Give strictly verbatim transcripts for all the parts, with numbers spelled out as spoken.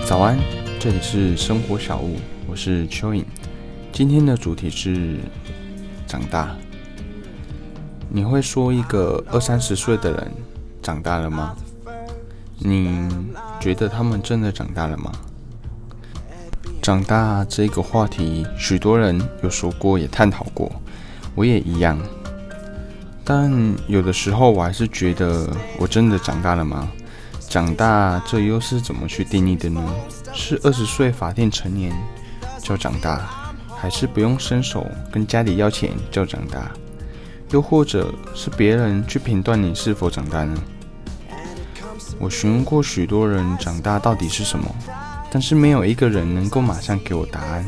早安，这里是生活小物，我是蚯蚓。今天的主题是长大。你会说一个二三十岁的人长大了吗？你觉得他们真的长大了吗？长大这个话题，许多人有说过，也探讨过，我也一样。但有的时候，我还是觉得，我真的长大了吗？长大这又是怎么去定义的呢？是二十岁法定成年叫长大，还是不用伸手跟家里要钱叫长大？又或者是别人去评断你是否长大呢？我询问过许多人，长大到底是什么？但是没有一个人能够马上给我答案。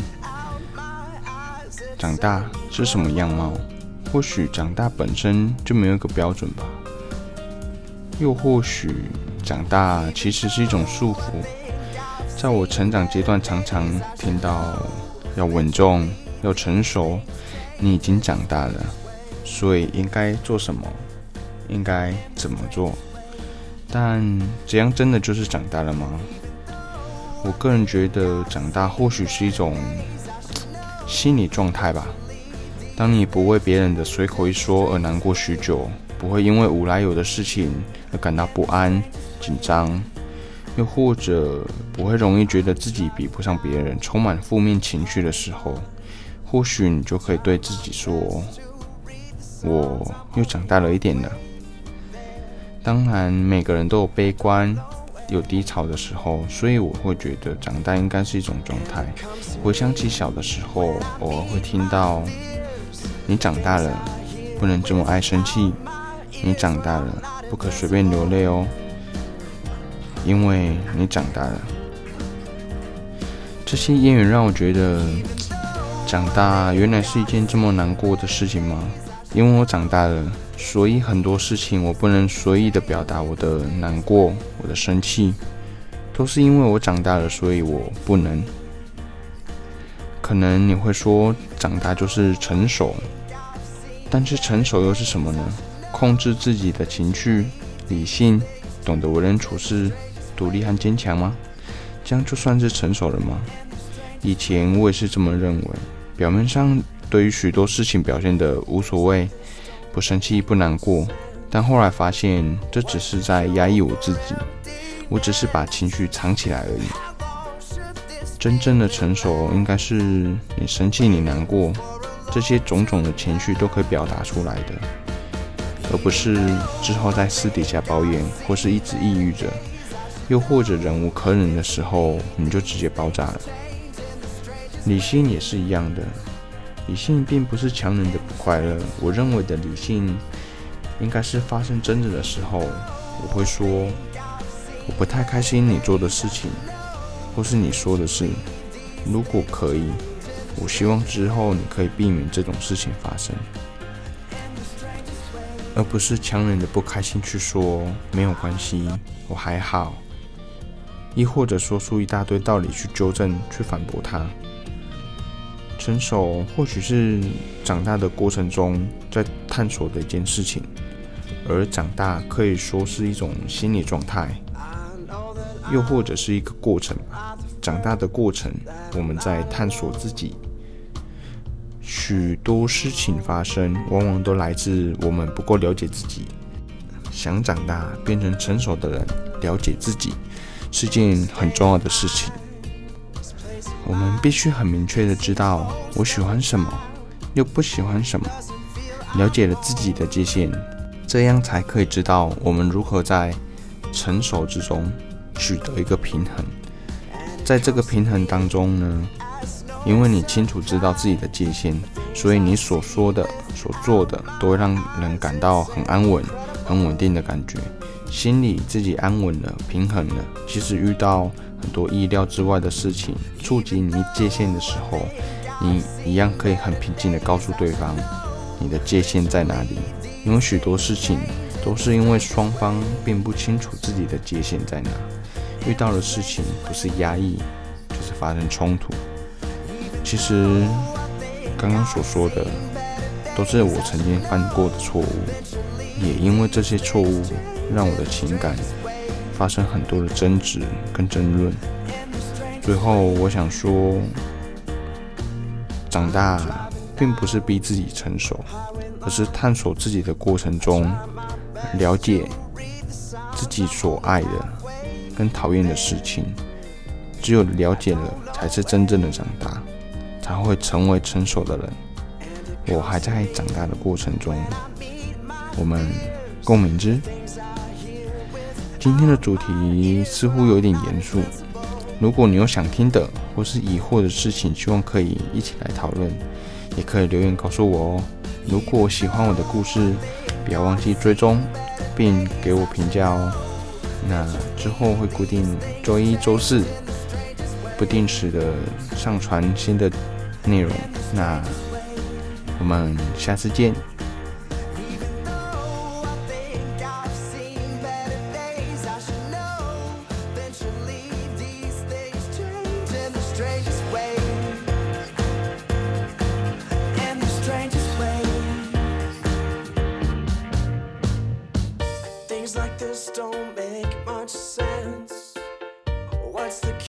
长大是什么样貌？或许长大本身就没有一个标准吧。又或许长大其实是一种束缚。在我成长阶段，常常听到要稳重、要成熟，你已经长大了，所以应该做什么，应该怎么做。但这样真的就是长大了吗？我个人觉得长大或许是一种心理状态吧。当你不为别人的随口一说而难过许久，不会因为无来由的事情而感到不安、紧张，又或者不会容易觉得自己比不上别人，充满负面情绪的时候，或许你就可以对自己说，我又长大了一点了。当然每个人都有悲观有低潮的时候，所以我会觉得长大应该是一种状态。回想起小的时候，偶尔会听到你长大了，不能这么爱生气，你长大了，不可随便流泪哦，因为你长大了。这些言语让我觉得长大原来是一件这么难过的事情吗？因为我长大了，所以很多事情我不能随意的表达我的难过，我的生气，都是因为我长大了，所以我不能。可能你会说长大就是成熟，但是成熟又是什么呢？控制自己的情绪，理性，懂得为人处事，独立和坚强吗？这样就算是成熟了吗？以前我也是这么认为，表面上对于许多事情表现得无所谓，不生气不难过，但后来发现这只是在压抑我自己，我只是把情绪藏起来而已。真正的成熟应该是你生气你难过，这些种种的情绪都可以表达出来的，而不是之后在私底下抱怨，或是一直抑郁着，又或者忍无可忍的时候你就直接爆炸了。理性也是一样的，理性并不是强忍的不快乐，我认为的理性应该是发生争执的时候，我会说我不太开心你做的事情，或是你说的事，如果可以，我希望之后你可以避免这种事情发生，而不是强忍的不开心去说没有关系，我还好，亦或者说出一大堆道理去纠正，去反驳他。成熟或许是长大的过程中在探索的一件事情，而长大可以说是一种心理状态，又或者是一个过程吧。长大的过程，我们在探索自己。许多事情发生，往往都来自我们不够了解自己。想长大，变成成熟的人，了解自己，是件很重要的事情。我们必须很明确的知道我喜欢什么，又不喜欢什么，了解了自己的界限，这样才可以知道我们如何在成熟之中取得一个平衡。在这个平衡当中呢，因为你清楚知道自己的界限，所以你所说的、所做的都会让人感到很安稳、很稳定的感觉，心里自己安稳了、平衡了。即使遇到很多意料之外的事情，触及你界限的时候，你一样可以很平静地告诉对方你的界限在哪里。因为许多事情都是因为双方并不清楚自己的界限在哪，遇到的事情不是压抑，就是发生冲突。其实刚刚所说的都是我曾经犯过的错误，也因为这些错误让我的情感发生很多的争执跟争论。 最后，我想说，长大并不是逼自己成熟，而是探索自己的过程中，了解自己所爱的跟讨厌的事情。只有了解了，才是真正的长大，才会成为成熟的人。我还在长大的过程中，我们共勉之。今天的主题似乎有点严肃，如果你有想听的或是疑惑的事情，希望可以一起来讨论，也可以留言告诉我哦。如果喜欢我的故事，不要忘记追踪并给我评价哦。那之后会固定周一、周四不定时的上传新的内容。那我们下次见。 Things like this don't make much sense.